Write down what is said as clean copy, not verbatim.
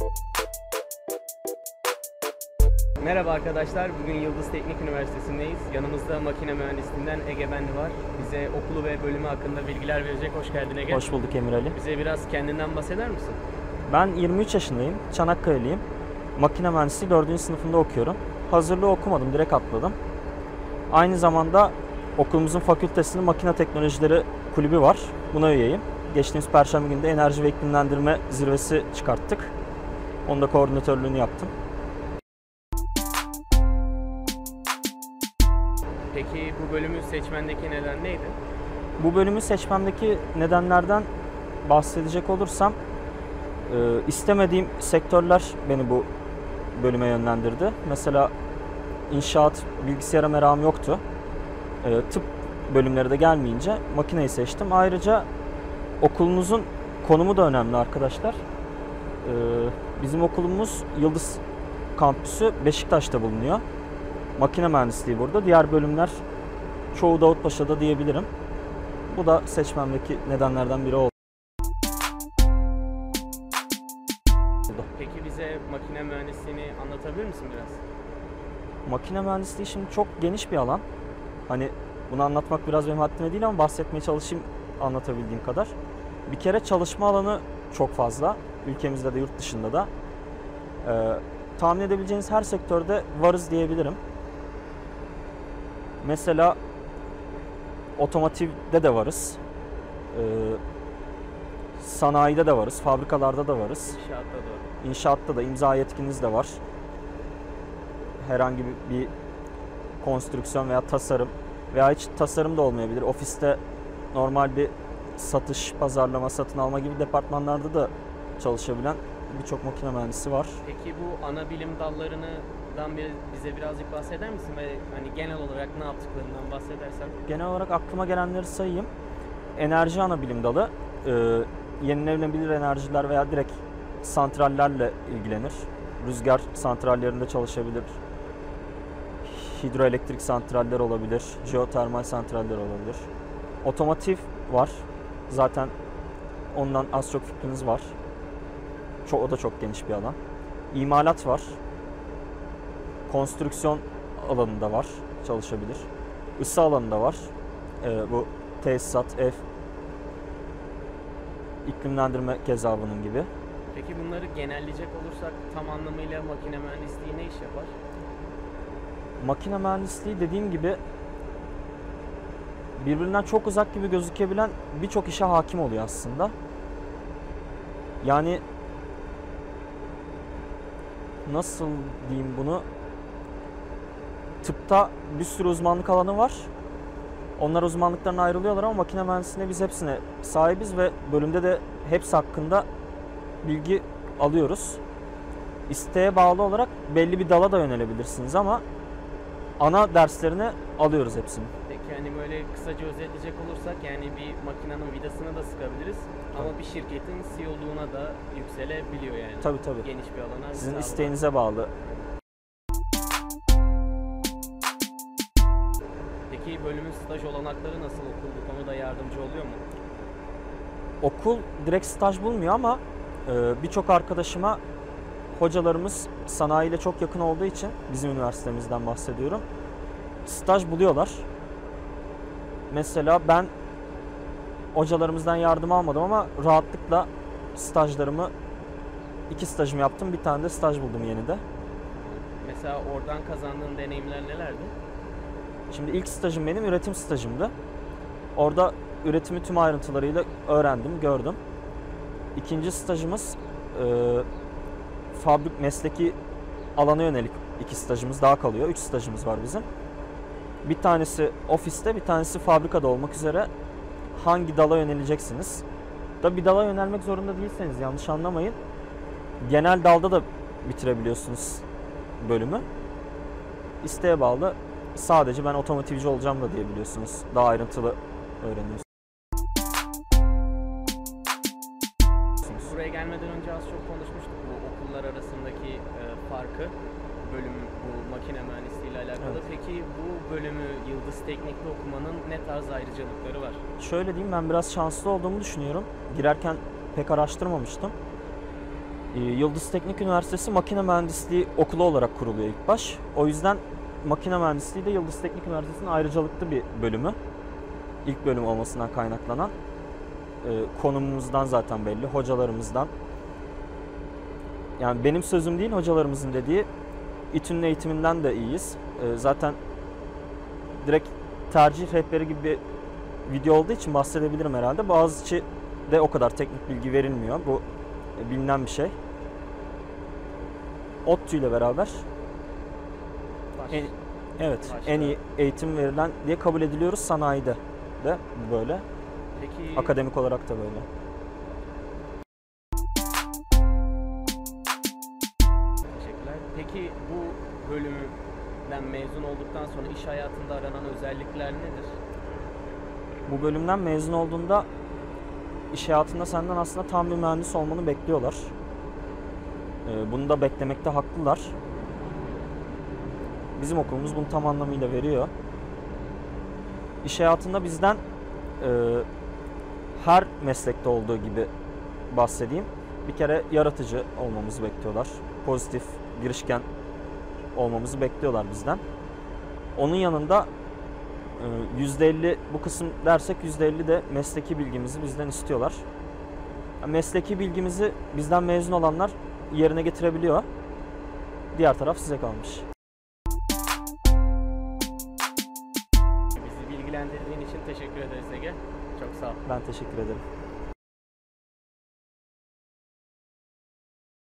Merhaba arkadaşlar, bugün Yıldız Teknik Üniversitesi'ndeyiz. Yanımızda makine mühendisliğinden Ege Benli var. Bize okulu ve bölümü hakkında bilgiler verecek. Hoş geldin Ege. Hoş bulduk Emir Ali. Bize biraz kendinden bahseder misin? Ben 23 yaşındayım, Çanakkale'liyim. Makine mühendisliği 4. sınıfında okuyorum. Hazırlığı okumadım, direkt atladım. Aynı zamanda okulumuzun fakültesinin makine teknolojileri kulübü var. Buna üyeyim. Geçtiğimiz Perşembe günü de enerji ve iklimlendirme zirvesi çıkarttık. Onda koordinatörlüğünü yaptım. Peki bu bölümü seçmendeki neden neydi? Bu bölümü seçmemdeki nedenlerden bahsedecek olursam, istemediğim sektörler beni bu bölüme yönlendirdi. Mesela inşaat, bilgisayara merakım yoktu. Tıp bölümleri de gelmeyince makineyi seçtim. Ayrıca okulumuzun konumu da önemli arkadaşlar. Bizim okulumuz Yıldız Kampüsü Beşiktaş'ta bulunuyor. Makine mühendisliği burada. Diğer bölümler çoğu Davutpaşa'da diyebilirim. Bu da seçmemdeki nedenlerden biri oldu. Peki bize makine mühendisliğini anlatabilir misin biraz? Makine mühendisliği şimdi çok geniş bir alan. Hani bunu anlatmak biraz benim haddime değil ama bahsetmeye çalışayım anlatabildiğim kadar. Bir kere çalışma alanı çok fazla. Ülkemizde de yurt dışında da. Tahmin edebileceğiniz her sektörde varız diyebilirim. Mesela otomotivde de varız. Sanayide de varız, fabrikalarda da varız. İnşaatta da. İnşaatta da imza yetkiniz de var. Herhangi bir konstrüksiyon veya tasarım veya hiç tasarım da olmayabilir. Ofiste normal bir satış, pazarlama, satın alma gibi departmanlarda da çalışabilen birçok makine mühendisi var. Peki bu ana bilim dallarından bize birazcık bahseder misin ve hani genel olarak ne yaptıklarından bahsedersen? Genel olarak aklıma gelenleri sayayım. Enerji ana bilim dalı. Yenilenebilir enerjiler veya direkt santrallerle ilgilenir. Rüzgar santrallerinde çalışabilir. Hidroelektrik santraller olabilir. Jeotermal santraller olabilir. Otomotiv var. Zaten ondan az çok fikriniz var. O da çok geniş bir alan. İmalat var. Konstrüksiyon alanında var. Çalışabilir. Isı alanında var. Bu tesisat, ev, iklimlendirme keza bunun gibi. Peki bunları genelleyecek olursak tam anlamıyla makine mühendisliği ne iş yapar? Makine mühendisliği dediğim gibi birbirinden çok uzak gibi gözükebilen birçok işe hakim oluyor aslında. Yani nasıl diyeyim bunu? Tıpta bir sürü uzmanlık alanı var. Onlar uzmanlıklarına ayrılıyorlar ama makine mühendisliğine biz hepsine sahibiz ve bölümde de hepsi hakkında bilgi alıyoruz. İsteğe bağlı olarak belli bir dala da yönelebilirsiniz ama ana derslerini alıyoruz hepsini. Peki hani böyle kısaca özetleyecek olursak yani bir makinenin vidasını da sıkabiliriz ama bir şirketin CEO'luğuna da yükselebiliyor yani. Tabii. Geniş bir alana. Sizin isteğinize bağlı. Peki bölümün staj olanakları nasıl? Okul bu konuda yardımcı oluyor mu? Okul direkt staj bulmuyor ama birçok arkadaşıma hocalarımız sanayiyle çok yakın olduğu için bizim üniversitemizden bahsediyorum. Staj buluyorlar. Mesela ben hocalarımızdan yardım almadım ama rahatlıkla iki stajımı yaptım. Bir tane de staj buldum yeni de. Mesela oradan kazandığın deneyimler nelerdi? Şimdi ilk stajım benim üretim stajımdı. Orada üretimi tüm ayrıntılarıyla öğrendim, gördüm. İkinci stajımız mesleki alana yönelik 2 stajımız daha kalıyor. 3 stajımız var bizim. Bir tanesi ofiste, bir tanesi fabrikada olmak üzere hangi dala yöneleceksiniz? Da bir dala yönelmek zorunda değilseniz yanlış anlamayın. Genel dalda da bitirebiliyorsunuz bölümü. İsteğe bağlı. Sadece ben otomotivci olacağım da diyebiliyorsunuz. Daha ayrıntılı öğreniyorsunuz. Buraya gelmeden önce az çok konuşmuştuk bu okullar arasındaki farkı. Bölüm bu makine mühendisliği ile alakalı. Evet. Peki bu bölümü Yıldız Teknik'te okumanın ne tarz ayrıcalıkları var? Şöyle diyeyim, ben biraz şanslı olduğumu düşünüyorum. Girerken pek araştırmamıştım. Yıldız Teknik Üniversitesi Makine Mühendisliği Okulu olarak kuruluyor ilk baş. O yüzden makine mühendisliği de Yıldız Teknik Üniversitesi'nin ayrıcalıklı bir bölümü. İlk bölüm olmasından kaynaklanan. Konumumuzdan zaten belli, hocalarımızdan. Yani benim sözüm değil, hocalarımızın dediği. İTÜ'nün eğitiminden de iyiyiz. Zaten direkt tercih rehberi gibi bir video olduğu için bahsedebilirim herhalde. Boğaziçi'de o kadar teknik bilgi verilmiyor. Bu bilinen bir şey. ODTÜ ile beraber en iyi eğitim verilen diye kabul ediliyoruz sanayide de böyle. Peki, Akademik olarak da böyle. teşekkürler. Peki bu bölümden mezun olduktan sonra iş hayatında aranan özellikler nedir? Bu bölümden mezun olduğunda iş hayatında senden aslında tam bir mühendis olmanı bekliyorlar. Bunu da beklemekte haklılar. Bizim okulumuz bunu tam anlamıyla veriyor. İş hayatında bizden her meslekte olduğu gibi bahsedeyim. Bir kere yaratıcı olmamızı bekliyorlar. Pozitif, girişken olmamızı bekliyorlar bizden. Onun yanında %50 bu kısım dersek %50 de mesleki bilgimizi bizden istiyorlar. Mesleki bilgimizi bizden mezun olanlar yerine getirebiliyor. Diğer taraf size kalmış. Bizi bilgilendirdiğin için teşekkür ederiz Ege. Çok sağ ol. Ben teşekkür ederim.